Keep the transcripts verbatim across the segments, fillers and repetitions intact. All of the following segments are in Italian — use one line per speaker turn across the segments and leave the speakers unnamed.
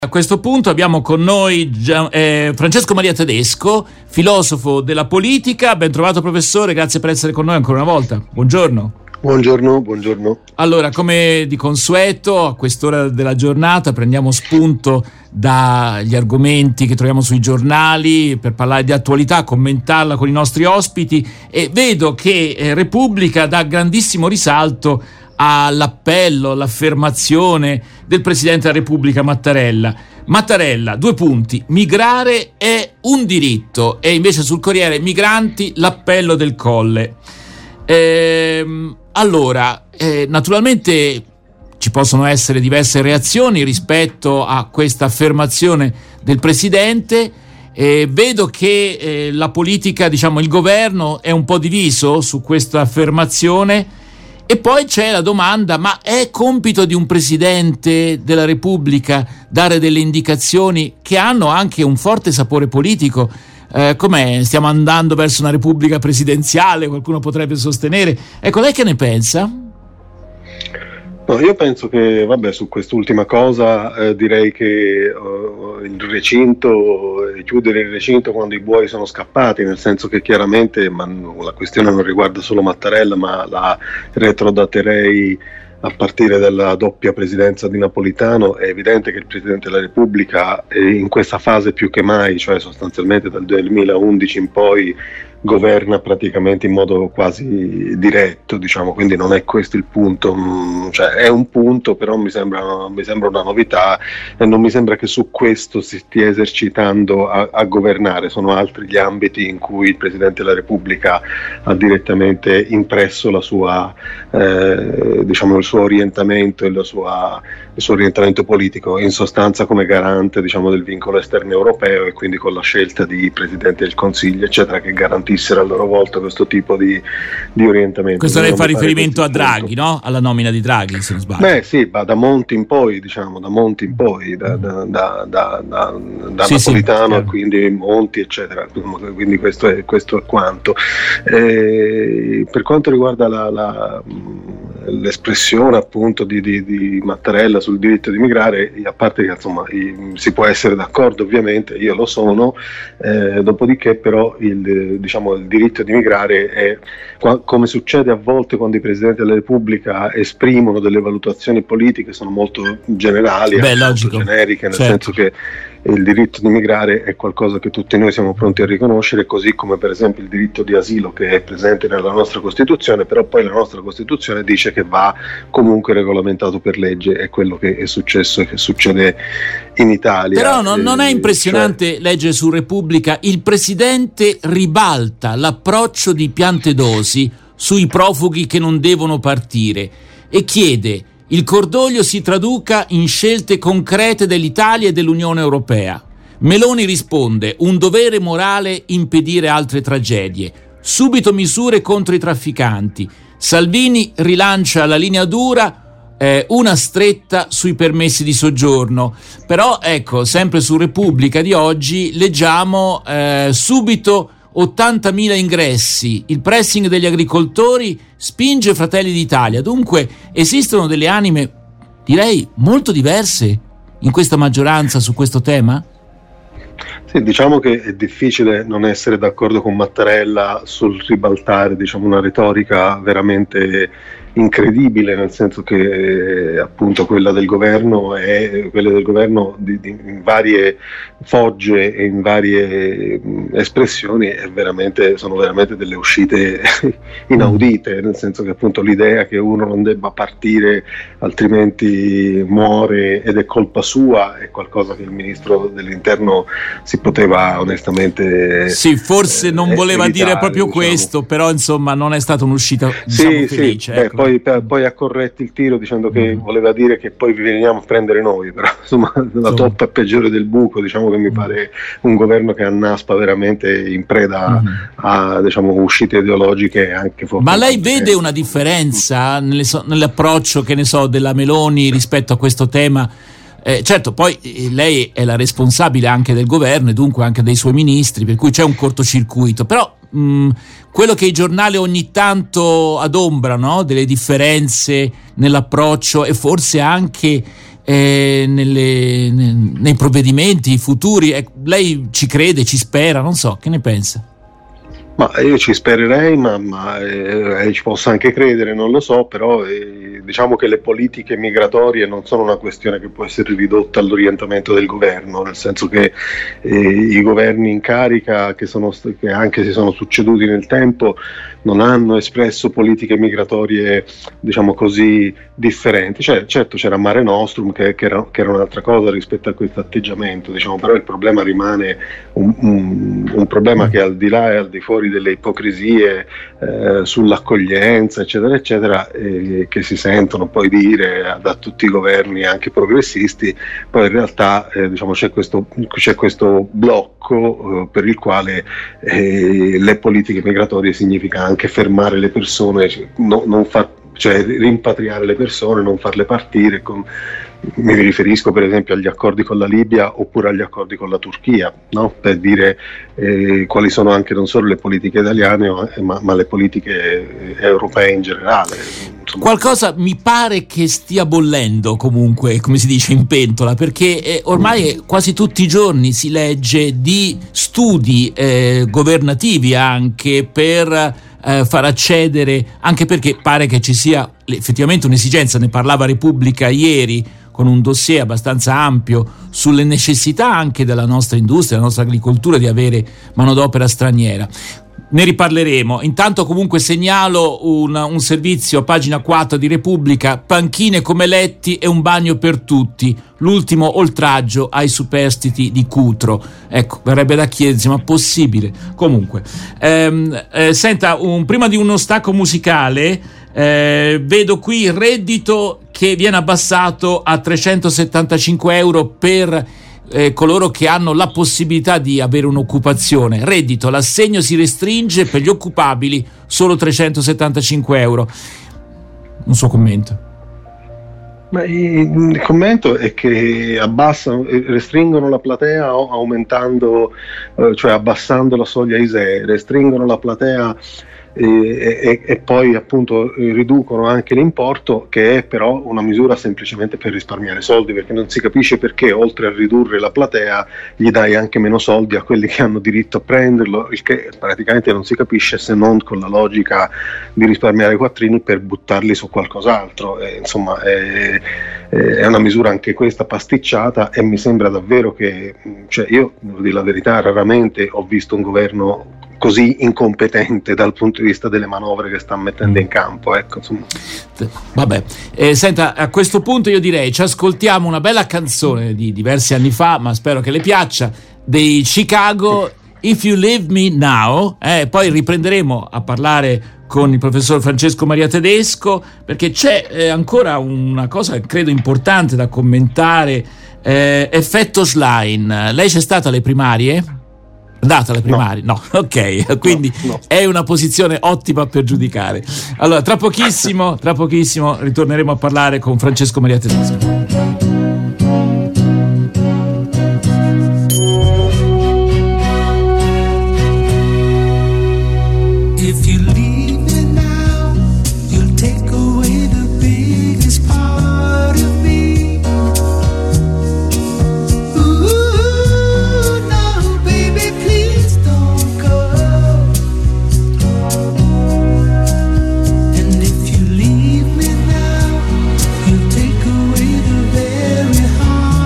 A questo punto abbiamo con noi Gian, eh, Francesco Maria Tedesco, filosofo della politica. Ben trovato professore, grazie per essere con noi ancora una volta. Buongiorno.
Buongiorno, buongiorno.
Allora, come di consueto, a quest'ora della giornata prendiamo spunto dagli argomenti che troviamo sui giornali per parlare di attualità, commentarla con i nostri ospiti, e vedo che eh, Repubblica dà grandissimo risalto all'appello, all'affermazione del Presidente della Repubblica Mattarella. Mattarella, due punti, migrare è un diritto, e invece sul Corriere migranti, l'appello del Colle. Ehm, allora, eh, naturalmente ci possono essere diverse reazioni rispetto a questa affermazione del Presidente. Eh, vedo che eh, la politica, diciamo il governo, è un po' diviso su questa affermazione. E poi c'è la domanda: ma è compito di un Presidente della Repubblica dare delle indicazioni che hanno anche un forte sapore politico? Eh, com'è? Stiamo andando verso una Repubblica presidenziale? Qualcuno potrebbe sostenere. Ecco, lei che ne pensa?
No, io penso che, vabbè, su quest'ultima cosa eh, direi che uh, il recinto, eh, chiudere il recinto quando i buoi sono scappati, nel senso che chiaramente, ma la questione non riguarda solo Mattarella, ma la retrodaterei a partire dalla doppia presidenza di Napolitano. È evidente che il Presidente della Repubblica eh, in questa fase più che mai, cioè sostanzialmente dal duemilaundici in poi, governa praticamente in modo quasi diretto, diciamo, quindi non è questo il punto, cioè è un punto, però mi sembra, mi sembra una novità, e non mi sembra che su questo si stia esercitando a, a governare. Sono altri gli ambiti in cui il Presidente della Repubblica ha direttamente impresso la sua, eh, diciamo, il suo orientamento e la sua, il suo orientamento politico, in sostanza come garante, diciamo, del vincolo esterno europeo, e quindi con la scelta di Presidente del Consiglio, eccetera, che garantissero a loro volta questo tipo di, di orientamento.
Questo lei fa riferimento a Draghi, no? Alla nomina di Draghi, se non sbaglio.
Beh sì, ma da Monti in poi, diciamo, da Monti in poi, da, da, da, da, da, da sì, Napolitano, sì, quindi Monti, eccetera. Quindi questo è, questo è quanto. E per quanto riguarda la, la l'espressione appunto di, di, di Mattarella sul diritto di migrare, a parte che insomma si può essere d'accordo, ovviamente io lo sono, eh, dopodiché però il, diciamo, il diritto di migrare è, come succede a volte quando i Presidenti della Repubblica esprimono delle valutazioni politiche, sono molto generali,
Beh,
molto generiche, nel certo. senso che il diritto di migrare è qualcosa che tutti noi siamo pronti a riconoscere, così come per esempio il diritto di asilo, che è presente nella nostra Costituzione, però poi la nostra Costituzione dice che va comunque regolamentato per legge. È quello che è successo e che succede in Italia.
Però non, non è impressionante, cioè, leggere su Repubblica: il Presidente ribalta l'approccio di Piantedosi sui profughi che non devono partire e chiede: il cordoglio si traduca in scelte concrete dell'Italia e dell'Unione Europea. Meloni risponde: un dovere morale impedire altre tragedie. Subito misure contro i trafficanti. Salvini rilancia la linea dura, eh, una stretta sui permessi di soggiorno. Però ecco, sempre su Repubblica di oggi leggiamo eh, subito ottantamila ingressi, il pressing degli agricoltori spinge Fratelli d'Italia. Dunque esistono delle anime, direi, molto diverse in questa maggioranza su questo tema?
Sì, diciamo che è difficile non essere d'accordo con Mattarella sul ribaltare, diciamo, una retorica veramente incredibile, nel senso che eh, appunto quella del governo è quella del governo di, di, in varie fogge e in varie mh, espressioni è veramente, sono veramente delle uscite inaudite, nel senso che appunto l'idea che uno non debba partire altrimenti muore ed è colpa sua è qualcosa che il ministro dell'interno si poteva onestamente
sì, forse eh, non voleva evitare, dire proprio diciamo. questo, però insomma non è stata un'uscita, diciamo,
sì,
felice.
Sì,
ecco.
beh, poi, poi ha corretto il tiro dicendo che mm. voleva dire che poi vi veniamo a prendere noi, però insomma la so. toppa è peggiore del buco, diciamo che mi pare un governo che annaspa veramente in preda mm. a, diciamo, uscite ideologiche anche forti.
Ma lei vede una differenza nelle so, nell'approccio, che ne so, della Meloni rispetto a questo tema? Eh, certo, poi eh, lei è la responsabile anche del governo e dunque anche dei suoi ministri, per cui c'è un cortocircuito, però mh, quello che i giornali ogni tanto adombrano, delle differenze nell'approccio e forse anche eh, nelle, ne, nei provvedimenti futuri. Eh, lei ci crede, ci spera, non so, che ne pensa?
Ma io ci spererei, ma, ma eh, ci posso anche credere, non lo so, però eh, diciamo che le politiche migratorie non sono una questione che può essere ridotta all'orientamento del governo, nel senso che eh, i governi in carica, che, sono, che anche si sono succeduti nel tempo, non hanno espresso politiche migratorie, diciamo così, differenti. Cioè, certo c'era Mare Nostrum, che, che, era, che era un'altra cosa rispetto a questo atteggiamento, diciamo, però il problema rimane un, un, un problema che al di là e al di fuori delle ipocrisie eh, sull'accoglienza eccetera eccetera eh, che si sentono poi dire da tutti i governi anche progressisti, poi in realtà eh, diciamo c'è questo, c'è questo blocco eh, per il quale eh, le politiche migratorie significa anche fermare le persone, no, non far, cioè rimpatriare le persone, non farle partire con, mi riferisco per esempio agli accordi con la Libia oppure agli accordi con la Turchia, no? Per dire eh, quali sono anche non solo le politiche italiane ma, ma le politiche europee in generale. Insomma.
Qualcosa mi pare che stia bollendo comunque, come si dice, in pentola, perché eh, ormai quasi tutti i giorni si legge di studi eh, governativi anche per eh, far accedere, anche perché pare che ci sia effettivamente un'esigenza, ne parlava Repubblica ieri con un dossier abbastanza ampio sulle necessità anche della nostra industria, della nostra agricoltura di avere manodopera straniera. Ne riparleremo. Intanto comunque segnalo un, un servizio a pagina quattro di Repubblica: panchine come letti e un bagno per tutti, l'ultimo oltraggio ai superstiti di Cutro. Ecco, verrebbe da chiedersi, ma possibile? Comunque ehm, eh, senta, un, prima di uno stacco musicale eh, vedo qui il reddito che viene abbassato a trecentosettantacinque euro per Eh, coloro che hanno la possibilità di avere un'occupazione. Reddito, l'assegno si restringe per gli occupabili, solo trecentosettantacinque euro. Un suo commento?
Ma il commento è che abbassano, restringono la platea aumentando, eh, cioè abbassando la soglia I S E E, restringono la platea E, e, e poi appunto riducono anche l'importo, che è però una misura semplicemente per risparmiare soldi, perché non si capisce perché oltre a ridurre la platea gli dai anche meno soldi a quelli che hanno diritto a prenderlo, il che praticamente non si capisce se non con la logica di risparmiare quattrini per buttarli su qualcos'altro. E, insomma è, è una misura anche questa pasticciata, e mi sembra davvero che, cioè io devo dire la verità, raramente ho visto un governo così incompetente dal punto di vista delle manovre che sta mettendo in campo, ecco, insomma.
Vabbè, eh, senta, a questo punto io direi ci ascoltiamo una bella canzone di diversi anni fa, ma spero che le piaccia, dei Chicago, If You Leave Me Now, eh, poi riprenderemo a parlare con il professor Francesco Maria Tedesco, perché c'è eh, ancora una cosa credo importante da commentare, eh, effetto Schlein. Lei c'è stata alle primarie? Andata alle primarie? No, no. Ok, quindi no, no. È una posizione ottima per giudicare. Allora, tra pochissimo, tra pochissimo ritorneremo a parlare con Francesco Maria Tedesco.
Take away the very heart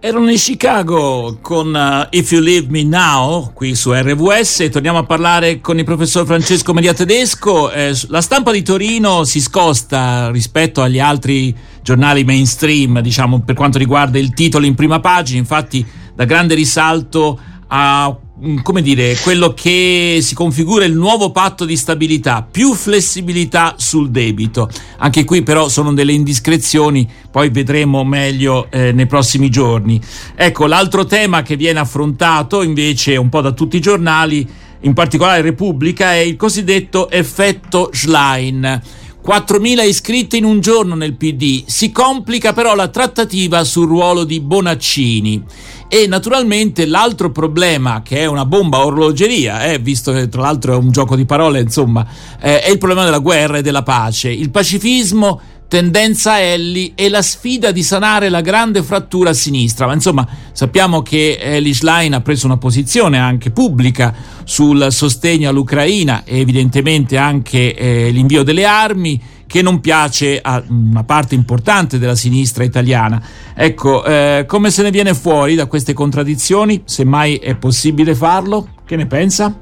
Erano in Chicago con uh, If You Leave Me Now qui su R W S. Torniamo a parlare con il professor Francesco Maria Tedesco. Eh, la Stampa di Torino si scosta rispetto agli altri giornali mainstream, diciamo, per quanto riguarda il titolo in prima pagina. Infatti dà grande risalto a, come dire, quello che si configura il nuovo patto di stabilità, più flessibilità sul debito. Anche qui però sono delle indiscrezioni, poi vedremo meglio eh, nei prossimi giorni. Ecco, l'altro tema che viene affrontato invece un po' da tutti i giornali, in particolare Repubblica, è il cosiddetto effetto Schlein. quattromila iscritti in un giorno nel P D, si complica però la trattativa sul ruolo di Bonaccini. E naturalmente l'altro problema, che è una bomba a orologeria, eh, visto che tra l'altro è un gioco di parole, insomma, eh, è il problema della guerra e della pace. Il pacifismo, tendenza Elly e la sfida di sanare la grande frattura a sinistra. Ma insomma, sappiamo che Elly Schlein ha preso una posizione anche pubblica sul sostegno all'Ucraina e evidentemente anche eh, l'invio delle armi, che non piace a una parte importante della sinistra italiana. Ecco, eh, come se ne viene fuori da queste contraddizioni? Se mai è possibile farlo? Che ne pensa?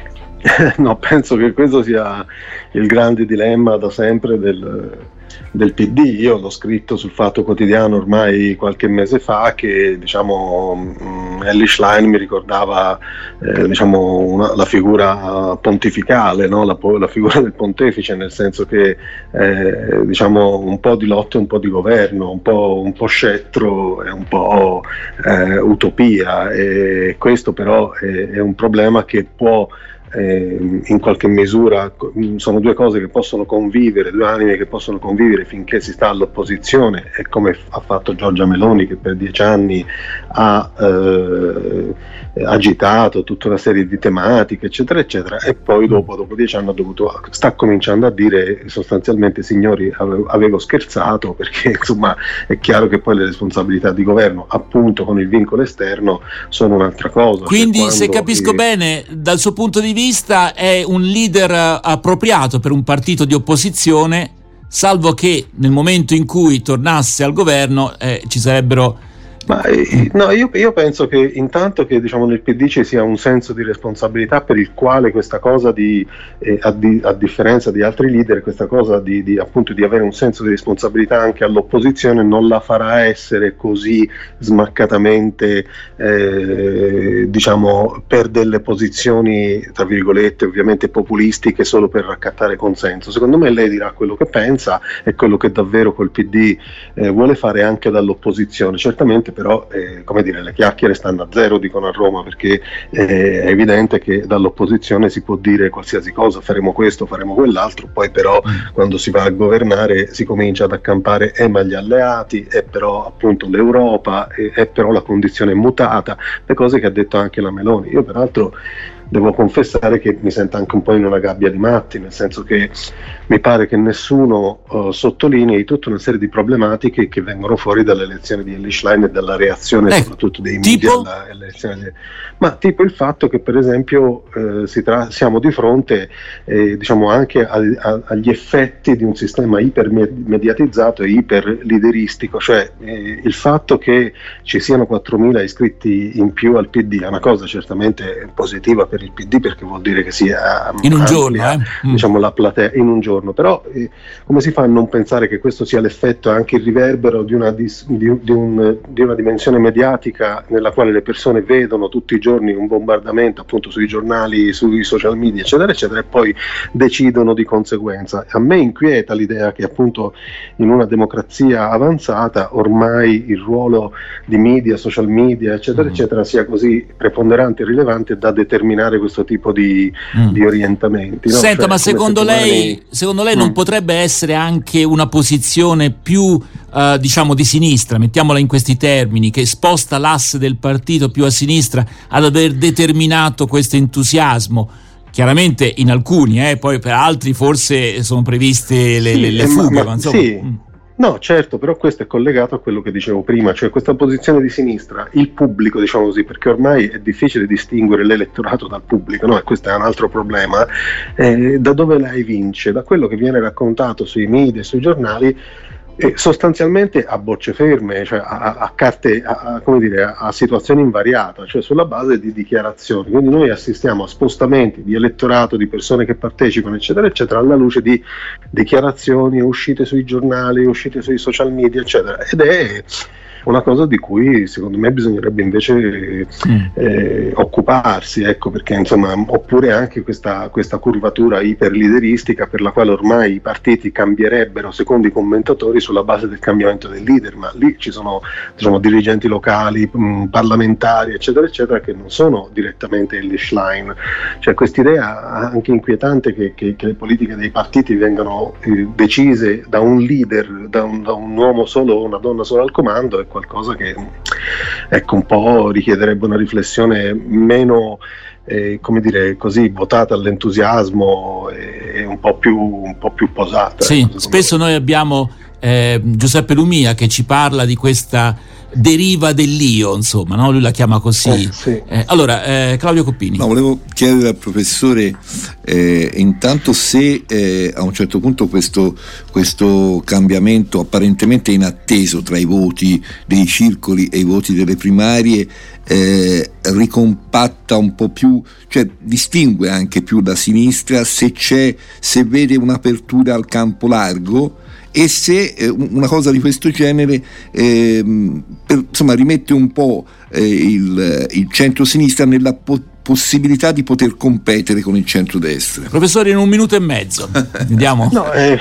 No, penso che questo sia il grande dilemma da sempre del, del P D. Io l'ho scritto sul Fatto Quotidiano ormai qualche mese fa che, diciamo, Elly Schlein mi ricordava eh, diciamo una, la figura pontificale, no? la, la figura del pontefice, nel senso che eh, diciamo un po' di lotta e un po' di governo, un po', un po' scettro e un po' eh, utopia, e questo però è, è un problema che può Eh, in qualche misura sono due cose che possono convivere, due anime che possono convivere finché si sta all'opposizione, e come ha fatto Giorgia Meloni, che per dieci anni ha eh, agitato tutta una serie di tematiche eccetera eccetera, e poi dopo, dopo dieci anni ha dovuto, sta cominciando a dire sostanzialmente: signori, avevo, avevo scherzato, perché insomma è chiaro che poi le responsabilità di governo, appunto con il vincolo esterno, sono un'altra cosa.
Quindi
cioè,
se capisco
eh,
bene, dal suo punto di vista è un leader appropriato per un partito di opposizione, salvo che nel momento in cui tornasse al governo eh, ci sarebbero...
Ma eh, no, io, io penso che intanto che, diciamo, nel P D ci sia un senso di responsabilità per il quale questa cosa di, eh, a, di a differenza di altri leader, questa cosa di, di appunto di avere un senso di responsabilità anche all'opposizione non la farà essere così smaccatamente eh, diciamo per delle posizioni tra virgolette ovviamente populistiche, solo per raccattare consenso. Secondo me lei dirà quello che pensa e quello che davvero quel P D eh, vuole fare anche dall'opposizione. Certamente però eh, come dire, le chiacchiere stanno a zero, dicono a Roma, perché eh, è evidente che dall'opposizione si può dire qualsiasi cosa, faremo questo, faremo quell'altro, poi però mm. quando si va a governare si comincia ad accampare eh, ma gli alleati, e eh, però appunto l'Europa, e eh, eh, però la condizione è mutata, le cose che ha detto anche la Meloni. Io peraltro devo confessare che mi sento anche un po' in una gabbia di matti, nel senso che mi pare che nessuno uh, sottolinei tutta una serie di problematiche che vengono fuori dall'elezione di Elly Schlein e dalla reazione eh, soprattutto dei media all'elezione di... ma tipo il fatto che per esempio eh, si tra... siamo di fronte eh, diciamo anche a, a, agli effetti di un sistema ipermediatizzato e iperlideristico, cioè eh, il fatto che ci siano quattromila iscritti in più al P D è una cosa certamente positiva per il P D, perché vuol dire che sia
in un
amplia,
giorno eh? mm.
diciamo la platea in un giorno, però eh, come si fa a non pensare che questo sia l'effetto e anche il riverbero di una, dis, di, di, un, di una dimensione mediatica nella quale le persone vedono tutti i giorni un bombardamento appunto sui giornali, sui social media eccetera eccetera, e poi decidono di conseguenza. A me inquieta l'idea che appunto in una democrazia avanzata ormai il ruolo di media, social media eccetera mm. eccetera sia così preponderante e rilevante da determinare questo tipo di, mm. di orientamenti, no?
Senta,
cioè,
ma secondo lei,
domani...
secondo lei
mm.
non potrebbe essere anche una posizione più uh, diciamo di sinistra, mettiamola in questi termini, che sposta l'asse del partito più a sinistra, ad aver determinato questo entusiasmo? Chiaramente in alcuni, eh, poi per altri forse sono previste le,
sì,
le, le
eh,
fughe,
ma,
ma insomma...
Sì.
Mm.
No, certo, però questo è collegato a quello che dicevo prima, cioè questa posizione di sinistra, il pubblico, diciamo così, perché ormai è difficile distinguere l'elettorato dal pubblico, no? E questo è un altro problema, eh, da dove lei vince? Da quello che viene raccontato sui media e sui giornali, E sostanzialmente a bocce ferme, cioè a, a carte, a, a, come dire, a, a situazioni invariate, cioè sulla base di dichiarazioni. Quindi noi assistiamo a spostamenti di elettorato, di persone che partecipano, eccetera, eccetera, alla luce di dichiarazioni, uscite sui giornali, uscite sui social media, eccetera. Ed è una cosa di cui secondo me bisognerebbe invece mm. eh, occuparsi, ecco, perché insomma, oppure anche questa, questa curvatura iperlideristica per la quale ormai i partiti cambierebbero secondo i commentatori sulla base del cambiamento del leader, ma lì ci sono, diciamo, dirigenti locali, mh, parlamentari, eccetera, eccetera, che non sono direttamente Elly Schlein. Cioè quest'idea anche inquietante che, che, che le politiche dei partiti vengano eh, decise da un leader, da un, da un uomo solo o una donna solo al comando, è qualcosa che, ecco, un po' richiederebbe una riflessione meno eh, come dire, così votata all'entusiasmo e, e un po' più un po' più posata.
Sì, ecco, spesso me. Noi abbiamo eh, Giuseppe Lumia che ci parla di questa deriva dell'io, insomma, no? Lui la chiama così. Eh, sì. eh, allora, eh, Claudio Coppini.
No, volevo chiedere al professore eh, intanto se eh, a un certo punto questo, questo cambiamento apparentemente inatteso tra i voti dei circoli e i voti delle primarie eh, ricompatta un po' più, cioè distingue anche più la sinistra, se c'è, se vede un'apertura al campo largo, e se eh, una cosa di questo genere eh, per, insomma, rimette un po' eh, il, il centro-sinistra nella po- possibilità di poter competere con il centro-destra.
Professore, in un minuto e mezzo vediamo.
No, eh,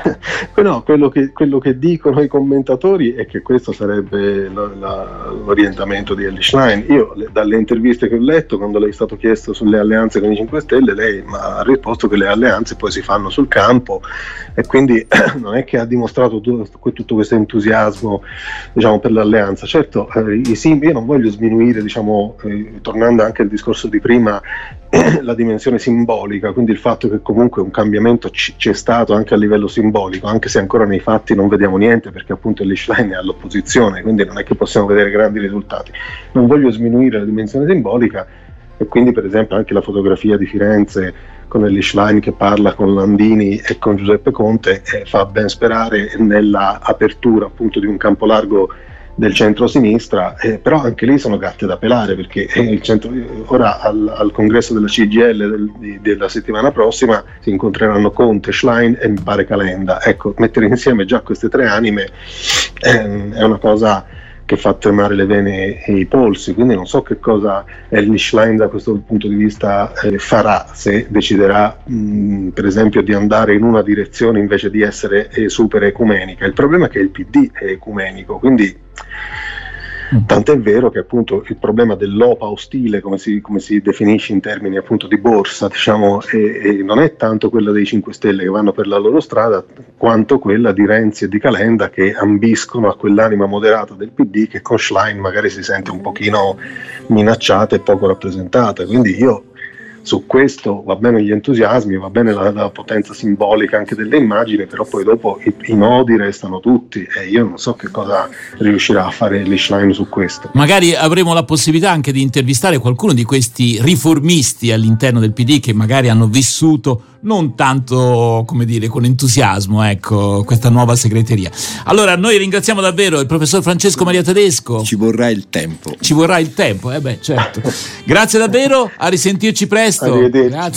no quello, che, quello che dicono i commentatori è che questo sarebbe lo, la, l'orientamento di Elly Schlein. Io le, dalle interviste che ho letto, quando lei è stato chiesto sulle alleanze con i cinque Stelle, lei ha risposto che le alleanze poi si fanno sul campo, e quindi non è che ha dimostrato tutto, tutto questo entusiasmo, diciamo, per l'alleanza. Certo, eh, i sim- io non voglio sminuire, diciamo, eh, tornando anche al discorso di prima, la dimensione simbolica, quindi il fatto che comunque un cambiamento c- c'è stato anche a livello simbolico, anche se ancora nei fatti non vediamo niente, perché appunto Elly Schlein è all'opposizione, quindi non è che possiamo vedere grandi risultati. Non voglio sminuire la dimensione simbolica, e quindi per esempio anche la fotografia di Firenze con Elly Schlein che parla con Landini e con Giuseppe Conte eh, fa ben sperare nella apertura appunto di un campo largo del centro-sinistra, eh, però anche lì sono carte da pelare, perché eh, il centro, ora al, al congresso della C G I L del, di, della settimana prossima si incontreranno Conte, Schlein e mi pare Calenda. Ecco, mettere insieme già queste tre anime eh, è una cosa che fa tremare le vene e i polsi, quindi non so che cosa Elly Schlein da questo punto di vista eh, farà, se deciderà mh, per esempio di andare in una direzione invece di essere eh, super ecumenica. Il problema è che il P D è ecumenico, quindi tant'è vero che appunto il problema dell'opa ostile, come si, come si definisce in termini appunto di borsa, diciamo, è, è, non è tanto quella dei cinque Stelle che vanno per la loro strada, quanto quella di Renzi e di Calenda, che ambiscono a quell'anima moderata del P D che con Schlein magari si sente un pochino minacciata e poco rappresentata. Quindi io su questo va bene gli entusiasmi, va bene la, la potenza simbolica anche delle immagini, però poi dopo i, i nodi restano tutti, e io non so che cosa riuscirà a fare Elly Schlein su questo.
Magari avremo la possibilità anche di intervistare qualcuno di questi riformisti all'interno del P D che magari hanno vissuto non tanto, come dire, con entusiasmo, ecco, questa nuova segreteria. Allora noi ringraziamo davvero il professor Francesco Maria Tedesco.
Ci vorrà il tempo.
Ci vorrà il tempo, eh beh, certo. Grazie davvero, a risentirci presto.
Arrivederci.
Grazie.